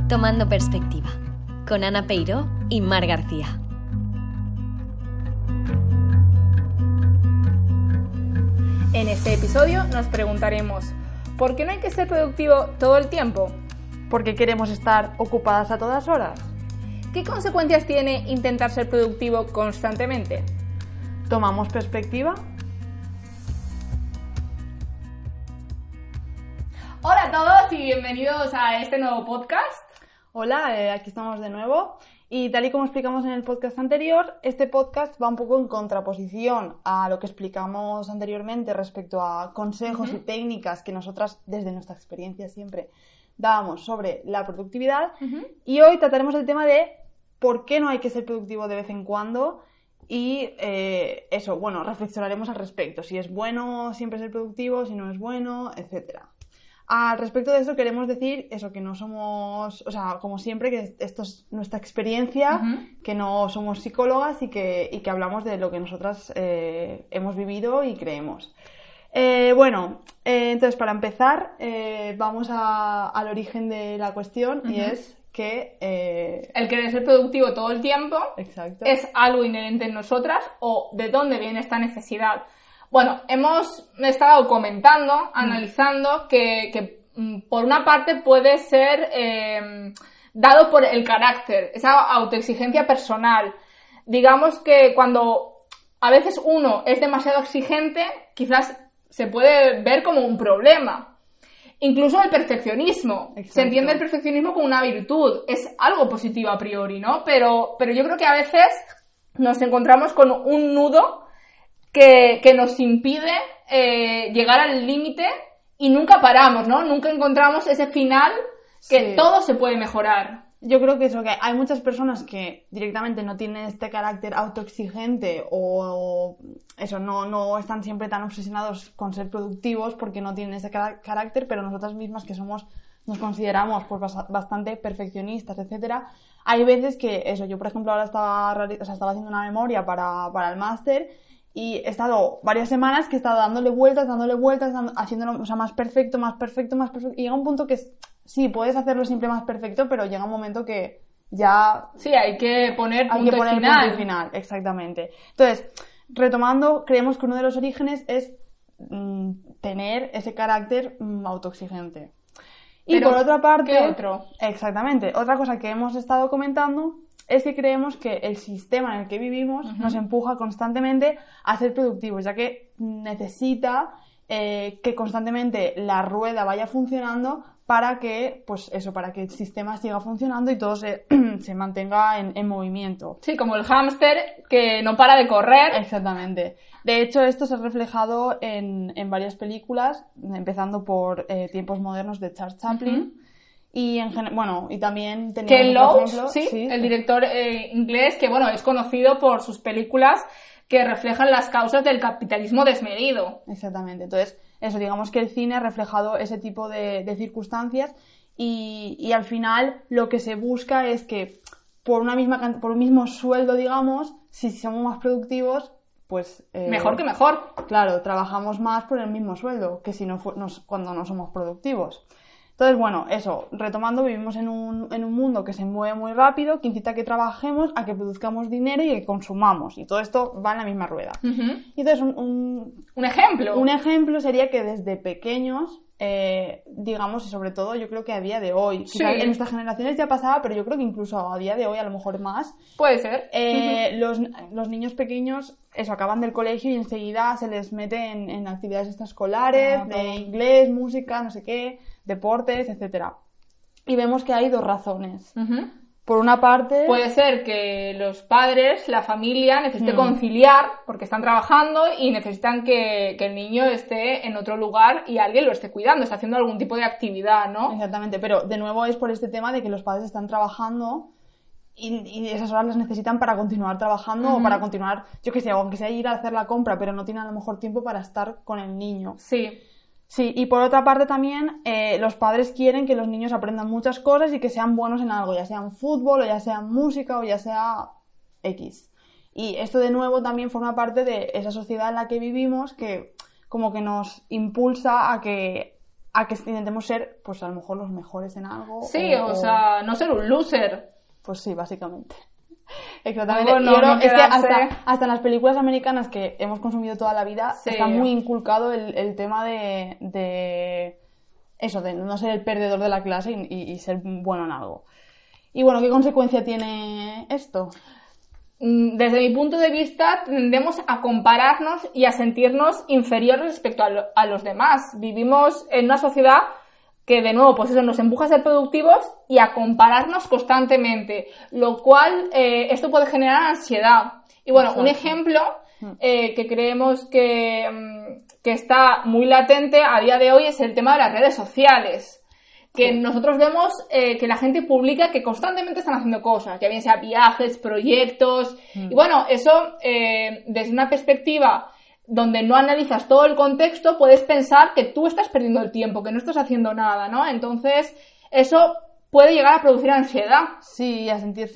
Tomando perspectiva, con Ana Peiró y Mar García. En este episodio nos preguntaremos, ¿por qué no hay que ser productivo todo el tiempo? ¿Por qué queremos estar ocupadas a todas horas? ¿Qué consecuencias tiene intentar ser productivo constantemente? ¿Tomamos perspectiva? Hola a todos y bienvenidos a este nuevo podcast. Hola, aquí estamos de nuevo y tal y como explicamos en el podcast anterior, este podcast va un poco en contraposición a lo que explicamos anteriormente respecto a consejos y técnicas que nosotras desde nuestra experiencia siempre dábamos sobre la productividad y hoy trataremos el tema de por qué no hay que ser productivo de vez en cuando y reflexionaremos al respecto, si es bueno siempre ser productivo, si no es bueno, etcétera. Al respecto de eso queremos decir eso, que no somos, o sea, como siempre, que esto es nuestra experiencia, que no somos psicólogas y que hablamos de lo que nosotras hemos vivido y creemos. Entonces para empezar vamos al origen de la cuestión y es que... el querer ser productivo todo el tiempo. Exacto. ¿Es algo inherente en nosotras o de dónde viene esta necesidad? Bueno, hemos estado comentando, analizando que por una parte puede ser dado por el carácter, esa autoexigencia personal. Digamos que cuando a veces uno es demasiado exigente, quizás se puede ver como un problema. Incluso el perfeccionismo. Exacto. Se entiende el perfeccionismo como una virtud. Es algo positivo a priori, ¿no? Pero yo creo que a veces nos encontramos con un nudo que nos impide llegar al límite y nunca paramos, ¿no? Nunca encontramos ese final que todo se puede mejorar. Yo creo que eso, que hay muchas personas que directamente no tienen este carácter autoexigente o eso, no están siempre tan obsesionados con ser productivos porque no tienen ese carácter, pero nosotras mismas que nos consideramos pues bastante perfeccionistas, etcétera. Hay veces que eso, yo por ejemplo ahora estaba haciendo una memoria para el máster y he estado varias semanas que he estado dándole vueltas, haciéndolo más perfecto. Y llega un punto que sí, puedes hacerlo siempre más perfecto, pero llega un momento que ya... Sí, hay que poner punto final. Exactamente. Entonces, retomando, creemos que uno de los orígenes es tener ese carácter autoexigente. Y pero, por otra parte... ¿qué otro? Exactamente. Otra cosa que hemos estado comentando es que creemos que el sistema en el que vivimos nos empuja constantemente a ser productivos, ya que necesita que constantemente la rueda vaya funcionando para que el sistema siga funcionando y todo se mantenga en movimiento. Sí, como el hámster que no para de correr. Exactamente. De hecho, esto se ha reflejado en varias películas, empezando por Tiempos modernos de Charles Chaplin. Y y también Ken Loach, el director inglés que es conocido por sus películas que reflejan las causas del capitalismo desmedido. Exactamente. Entonces, eso, digamos que el cine ha reflejado ese tipo de circunstancias y al final lo que se busca es que por un mismo sueldo, digamos, si somos más productivos, pues... mejor que mejor. Claro, trabajamos más por el mismo sueldo que si cuando no somos productivos. Entonces, eso, retomando, vivimos en un mundo que se mueve muy rápido, que incita a que trabajemos, a que produzcamos dinero y que consumamos. Y todo esto va en la misma rueda. Y entonces, un ejemplo. Un ejemplo sería que desde pequeños, digamos, y sobre todo yo creo que a día de hoy, en nuestras generaciones ya pasaba, pero yo creo que incluso a día de hoy a lo mejor más. Puede ser. Los niños pequeños, acaban del colegio y enseguida se les mete en actividades extraescolares, de inglés, música, no sé qué, deportes, etcétera. Y vemos que hay dos razones. Por una parte... Puede ser que los padres, la familia, necesite conciliar porque están trabajando y necesitan que el niño esté en otro lugar y alguien lo esté cuidando, está haciendo algún tipo de actividad, ¿no? Exactamente, pero de nuevo es por este tema de que los padres están trabajando y esas horas las necesitan para continuar trabajando o para continuar, yo qué sé, aunque sea ir a hacer la compra, pero no tienen a lo mejor tiempo para estar con el niño. Sí. Sí, y por otra parte también los padres quieren que los niños aprendan muchas cosas y que sean buenos en algo, ya sea en fútbol o ya sea en música o ya sea X. Y esto de nuevo también forma parte de esa sociedad en la que vivimos que como que nos impulsa a que a que intentemos ser, pues a lo mejor los mejores en algo. Sí, o sea, no ser un loser. Pues sí, básicamente. Exactamente. No, yo creo no es que quedarse... hasta en las películas americanas que hemos consumido toda la vida, Sí. está muy inculcado el tema de eso, de no ser el perdedor de la clase y ser bueno en algo. Y bueno, ¿qué consecuencia tiene esto? Desde mi punto de vista, tendemos a compararnos y a sentirnos inferiores respecto a los demás. Vivimos en una sociedad que, de nuevo, pues eso, nos empuja a ser productivos y a compararnos constantemente, lo cual esto puede generar ansiedad. Y bueno, Exacto. un ejemplo que creemos que está muy latente a día de hoy es el tema de las redes sociales. Que nosotros vemos que la gente publica que constantemente están haciendo cosas, ya bien sea viajes, proyectos, y bueno, eso desde una perspectiva donde no analizas todo el contexto, puedes pensar que tú estás perdiendo el tiempo, que no estás haciendo nada, ¿no? Entonces, eso puede llegar a producir ansiedad. Sí,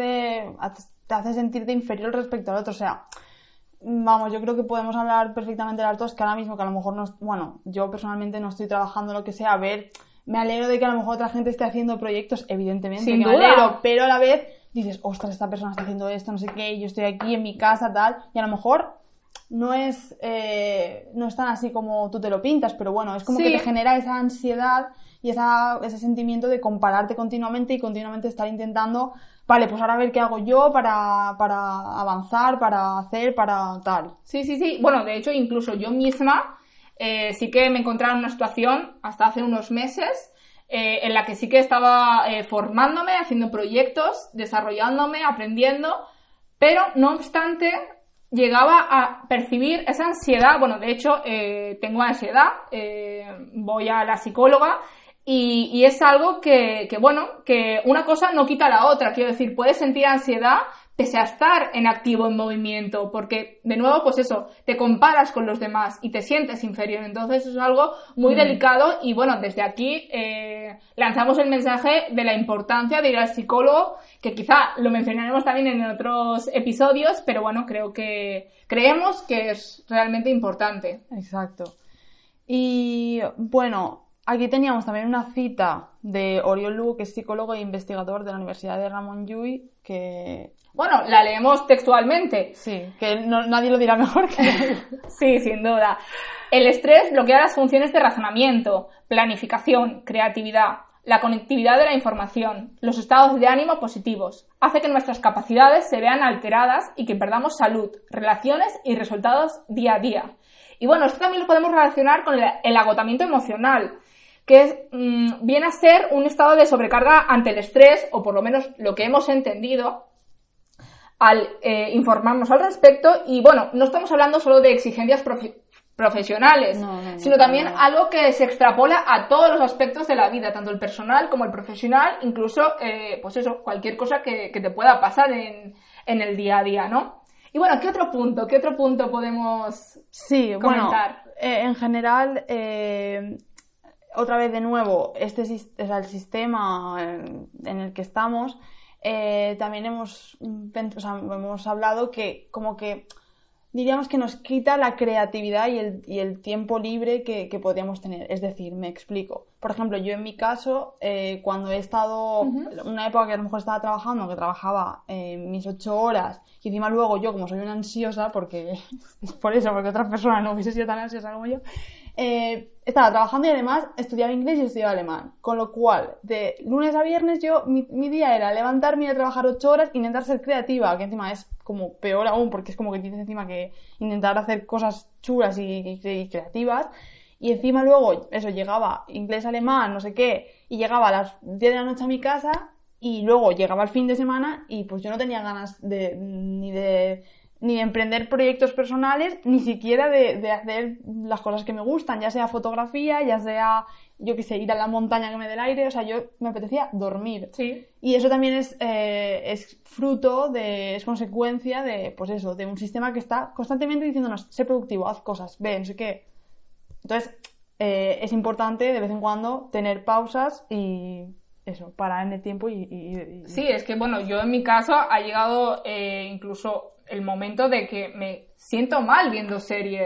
te hace sentirte inferior respecto al otro, o sea, vamos, yo creo que podemos hablar perfectamente de las dos, que ahora mismo que a lo mejor no, bueno, yo personalmente no estoy trabajando lo que sea, a ver, me alegro de que a lo mejor otra gente esté haciendo proyectos, evidentemente, Sin que duda. me alegro, pero a la vez dices, ostras, esta persona está haciendo esto, no sé qué, y yo estoy aquí en mi casa, tal, y a lo mejor no es tan así como tú te lo pintas, pero bueno, es como Sí. que te genera esa ansiedad y ese sentimiento de compararte continuamente y continuamente estar intentando, vale, pues ahora a ver qué hago yo para avanzar, para hacer, para tal. Sí. Bueno, de hecho, incluso yo misma sí que me encontraba en una situación hasta hace unos meses en la que sí que estaba formándome, haciendo proyectos, desarrollándome, aprendiendo, pero no obstante llegaba a percibir esa ansiedad. Bueno, de hecho, tengo ansiedad, voy a la psicóloga y es algo que una cosa no quita la otra. Quiero decir, puedes sentir ansiedad pese a estar en activo, en movimiento, porque, de nuevo, pues eso, te comparas con los demás y te sientes inferior. Entonces, eso es algo muy delicado y, bueno, desde aquí lanzamos el mensaje de la importancia de ir al psicólogo, que quizá lo mencionaremos también en otros episodios, pero, bueno, creemos que es realmente importante. Exacto. Y, bueno, aquí teníamos también una cita de Oriol Lugo, que es psicólogo e investigador de la Universidad de Ramon Llull, que... Bueno, la leemos textualmente. Sí, que nadie lo dirá mejor que él. Sí, sin duda. El estrés bloquea las funciones de razonamiento, planificación, creatividad, la conectividad de la información, los estados de ánimo positivos. Hace que nuestras capacidades se vean alteradas y que perdamos salud, relaciones y resultados día a día. Y bueno, esto también lo podemos relacionar con el agotamiento emocional, que viene a ser un estado de sobrecarga ante el estrés, o por lo menos lo que hemos entendido al informarnos al respecto. Y bueno, no estamos hablando solo de exigencias profesionales, sino también algo que se extrapola a todos los aspectos de la vida, tanto el personal como el profesional, incluso pues eso, cualquier cosa que te pueda pasar en el día a día, ¿no? Y bueno, ¿qué otro punto podemos comentar? Bueno, en general, otra vez de nuevo, el sistema en el que estamos, también hemos hablado que como que diríamos que nos quita la creatividad y el tiempo libre que podríamos tener. Es decir, me explico. Por ejemplo, yo en mi caso, cuando he estado, una época que a lo mejor estaba trabajando, que trabajaba mis 8 horas, y encima luego yo, como soy una ansiosa, porque es por eso, porque otra persona no hubiese sido tan ansiosa como yo, estaba trabajando y además estudiaba inglés y estudiaba alemán. Con lo cual, de lunes a viernes mi día era levantarme y ir a trabajar 8 horas, intentar ser creativa, que encima es como peor aún, porque es como que tienes encima que intentar hacer cosas chulas y creativas. Y encima luego, eso, llegaba inglés, alemán, no sé qué, y llegaba a las 10 de la noche a mi casa, y luego llegaba el fin de semana y pues yo no tenía ganas ni de emprender proyectos personales, ni siquiera de hacer las cosas que me gustan, ya sea fotografía, ya sea, yo qué sé, ir a la montaña que me dé el aire. O sea, yo me apetecía dormir. Sí. Y eso también es fruto es consecuencia de, pues eso, de un sistema que está constantemente diciéndonos, sé productivo, haz cosas, ve, no sé qué. Entonces, es importante de vez en cuando tener pausas y eso, parar en el tiempo y... Sí, es que bueno, yo en mi caso ha llegado incluso el momento de que me siento mal viendo series.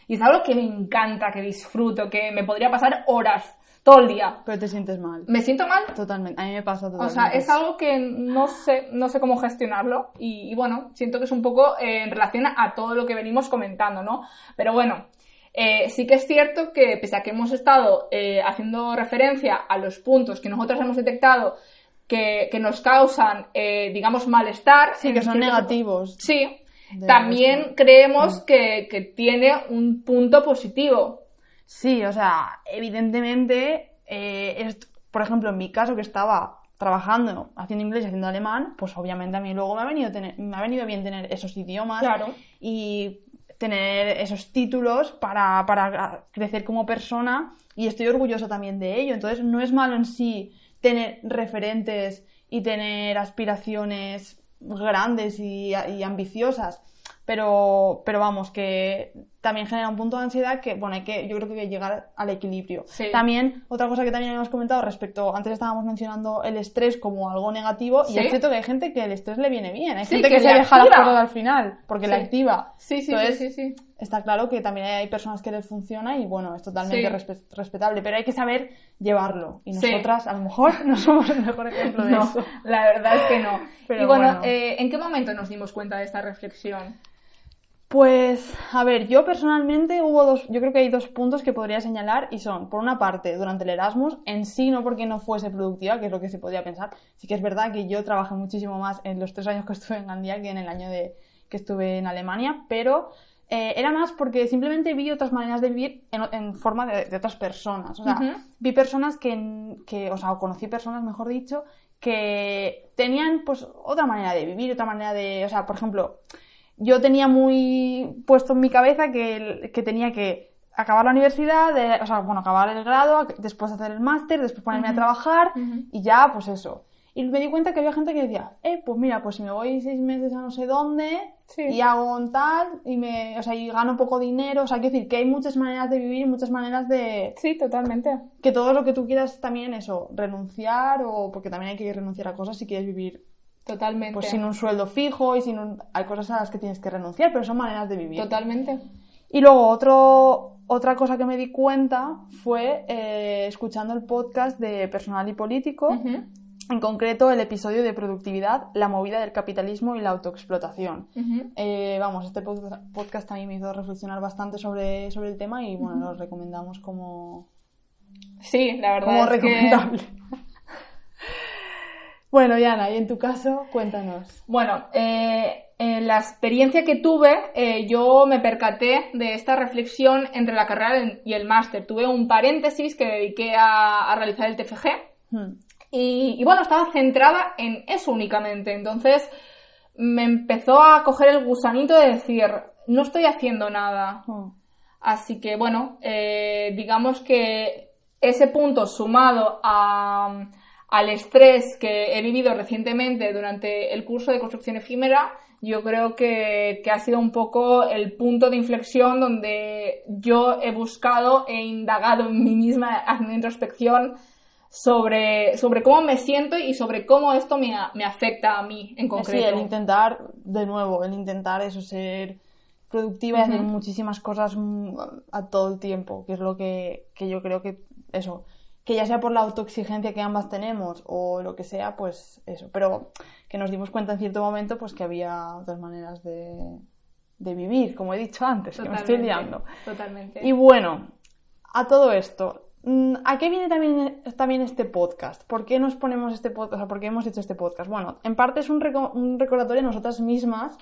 Y es algo que me encanta, que disfruto, que me podría pasar horas, todo el día. Pero te sientes mal. ¿Me siento mal? Totalmente, a mí me pasa totalmente. O sea, es algo que no sé cómo gestionarlo y bueno, siento que es un poco en relación a todo lo que venimos comentando, ¿no? Pero bueno, sí que es cierto que pese a que hemos estado haciendo referencia a los puntos que nosotros hemos detectado que nos causan, digamos, malestar. Sí, que son negativos. Sí, también creemos que tiene un punto positivo. Sí, o sea, evidentemente, por ejemplo, en mi caso que estaba trabajando, haciendo inglés y haciendo alemán, pues obviamente a mí luego me ha venido bien tener esos idiomas. Claro. Y tener esos títulos para crecer como persona, y estoy orgullosa también de ello. Entonces no es malo en sí tener referentes y tener aspiraciones grandes y ambiciosas, pero vamos, que también genera un punto de ansiedad que, bueno, yo creo que hay que llegar al equilibrio. Sí. También, otra cosa que también habíamos comentado antes estábamos mencionando el estrés como algo negativo, ¿Sí? Y es cierto que hay gente que el estrés le viene bien, hay Sí, gente que se le deja las activa. cosas al final, porque le activa. Sí. Entonces, está claro que también hay personas que les funciona y bueno, es totalmente respetable, pero hay que saber llevarlo, y nosotras a lo mejor no somos el mejor ejemplo de eso. La verdad es que no. Pero y bueno, bueno. ¿en qué momento nos dimos cuenta de esta reflexión? Pues, a ver, yo personalmente yo creo que hay 2 puntos que podría señalar, y son, por una parte, durante el Erasmus, en sí no porque no fuese productiva, que es lo que se podía pensar. Sí que es verdad que yo trabajé muchísimo más en los 3 años que estuve en Gandía que en el año que estuve en Alemania, pero era más porque simplemente vi otras maneras de vivir en forma de otras personas. O sea, vi personas o conocí personas, mejor dicho, que tenían pues otra manera de vivir, otra manera o sea, por ejemplo, yo tenía muy puesto en mi cabeza que tenía que acabar la universidad, acabar el grado, después hacer el máster, después ponerme a trabajar y ya, pues eso. Y me di cuenta que había gente que decía, pues mira, pues si me voy 6 meses a no sé dónde y hago un tal y gano poco dinero, o sea, quiero decir que hay muchas maneras de vivir, muchas manenas de... Sí, totalmente. Que todo lo que tú quieras también renunciar, porque también hay que renunciar a cosas si quieres vivir. Totalmente. Pues sin un sueldo fijo y hay cosas a las que tienes que renunciar, pero son maneras de vivir. Totalmente. Y luego otra cosa que me di cuenta fue escuchando el podcast de Personal y Político, en concreto el episodio de productividad, la movida del capitalismo y la autoexplotación. Este podcast también me hizo reflexionar bastante sobre el tema y bueno, lo recomendamos como... Sí, la verdad como es recomendable. Bueno, Yana, y en tu caso, cuéntanos. Bueno, en la experiencia que tuve, yo me percaté de esta reflexión entre la carrera y el máster. Tuve un paréntesis que dediqué a realizar el TFG y bueno, estaba centrada en eso únicamente. Entonces me empezó a coger el gusanito de decir, no estoy haciendo nada. Así que bueno, digamos que ese punto sumado al estrés que he vivido recientemente durante el curso de construcción efímera, yo creo que ha sido un poco el punto de inflexión donde yo he buscado e indagado en mí misma, haciendo introspección sobre cómo me siento y sobre cómo esto me afecta a mí en concreto. Sí, el intentar eso, ser productiva y hacer muchísimas cosas a todo el tiempo, que es lo que yo creo que eso... que ya sea por la autoexigencia que ambas tenemos o lo que sea, pues eso, pero que nos dimos cuenta en cierto momento pues que había otras maneras de vivir, como he dicho antes, que me estoy liando. Totalmente. Y bueno, a todo esto, ¿a qué viene también este podcast? ¿Por qué nos ponemos este podcast? O sea, ¿por qué hemos hecho este podcast? Bueno, en parte es un recordatorio de nosotras mismas,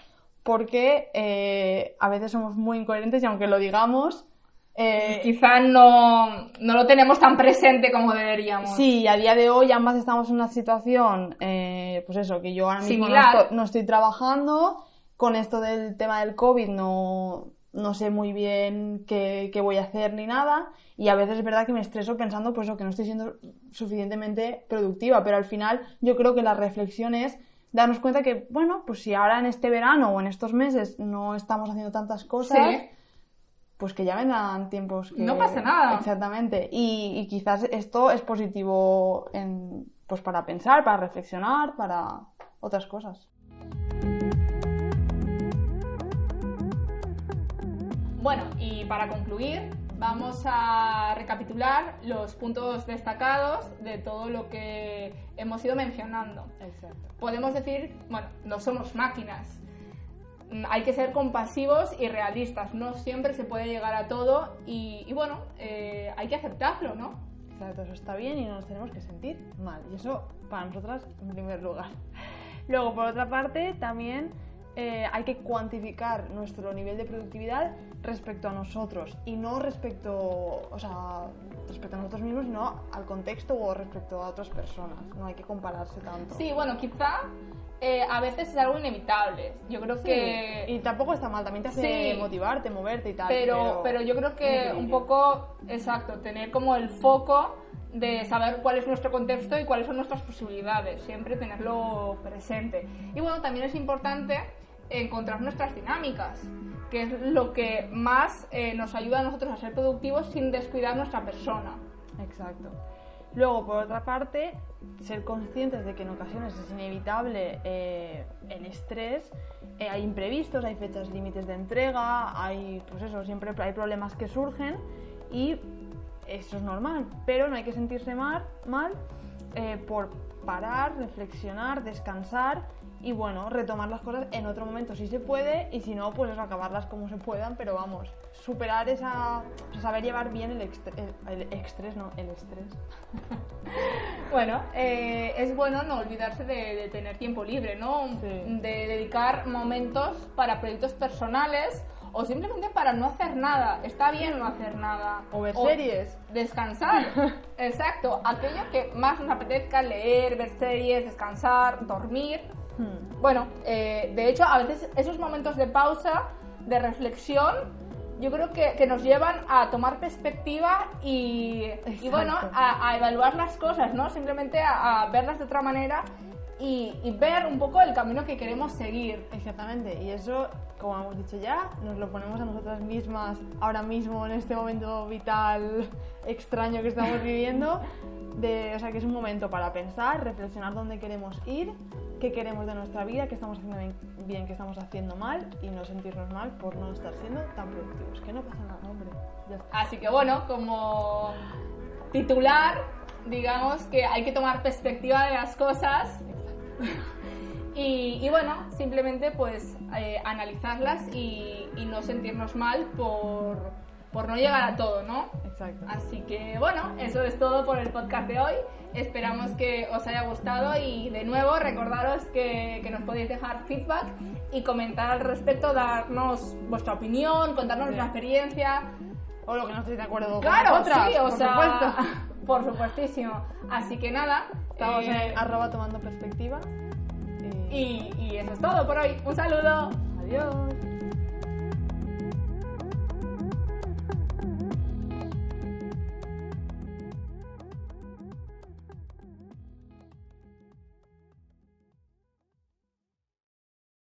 porque a veces somos muy incoherentes y aunque lo digamos... quizá no lo tenemos tan presente como deberíamos. Sí, a día de hoy ambas estamos en una situación, pues eso, que yo ahora mismo no estoy trabajando, con esto del tema del COVID no sé muy bien qué voy a hacer ni nada, y a veces es verdad que me estreso pensando pues que no estoy siendo suficientemente productiva, pero al final yo creo que la reflexión es darnos cuenta que, bueno, pues si ahora en este verano o en estos meses no estamos haciendo tantas cosas... Sí. Pues que ya vendrán tiempos que... No pasa nada. Exactamente. Y quizás esto es positivo pues para pensar, para reflexionar, para otras cosas. Bueno, y para concluir, vamos a recapitular los puntos destacados de todo lo que hemos ido mencionando. Exacto. Podemos decir, bueno, no somos máquinas. Hay que ser compasivos y realistas. No siempre se puede llegar a todo y bueno, hay que aceptarlo, ¿no? Exacto, eso está bien y no nos tenemos que sentir mal. Y eso para nosotras en primer lugar. Luego, por otra parte, también hay que cuantificar nuestro nivel de productividad respecto a nosotros y no respecto a nosotros mismos, sino al contexto o respecto a otras personas. No hay que compararse tanto. Sí, bueno, quizá a veces es algo inevitable. Yo creo que... Y tampoco está mal, también te hace motivarte, moverte y tal. Pero yo creo que un poco, exacto, tener como el foco de saber cuál es nuestro contexto y cuáles son nuestras posibilidades, siempre tenerlo presente. Y bueno, también es importante encontrar nuestras dinámicas, que es lo que más nos ayuda a nosotros a ser productivos sin descuidar nuestra persona. Exacto. Luego, por otra parte, ser conscientes de que en ocasiones es inevitable el estrés, hay imprevistos, hay fechas límites de entrega, siempre hay problemas que surgen y eso es normal, pero no hay que sentirse mal por parar, reflexionar, descansar y bueno, retomar las cosas en otro momento si se puede y si no, pues acabarlas como se puedan, pero vamos, superar saber llevar bien el estrés. Bueno, es bueno no olvidarse de tener tiempo libre, ¿no? Sí. De dedicar momentos para proyectos personales o simplemente para no hacer nada. Está bien no hacer nada. O ver series. Descansar. Exacto. Aquello que más nos apetezca, leer, ver series, descansar, dormir. Bueno, de hecho, a veces esos momentos de pausa, de reflexión, yo creo que nos llevan a tomar perspectiva y bueno, a evaluar las cosas, ¿no? Simplemente a verlas de otra manera y ver un poco el camino que queremos seguir. Exactamente, y eso, como hemos dicho ya, nos lo ponemos a nosotras mismas ahora mismo en este momento vital extraño que estamos viviendo, que es un momento para pensar, reflexionar dónde queremos ir, qué queremos de nuestra vida, qué estamos haciendo bien, qué estamos haciendo mal y no sentirnos mal por no estar siendo tan productivos. Que no pasa nada, hombre. Ya está. Así que bueno, como titular, digamos que hay que tomar perspectiva de las cosas y bueno, simplemente pues analizarlas y no sentirnos mal por no llegar a todo, ¿no? Exacto. Así que bueno, eso es todo por el podcast de hoy. Esperamos que os haya gustado y de nuevo recordaros que nos podéis dejar feedback y comentar al respecto, darnos vuestra opinión, contarnos vuestra experiencia. O lo que no estéis de acuerdo con claro, nosotras, sí, por supuesto. Por supuestísimo. Así que nada. Estamos en @tomando perspectiva. Y eso es todo por hoy. Un saludo. Adiós.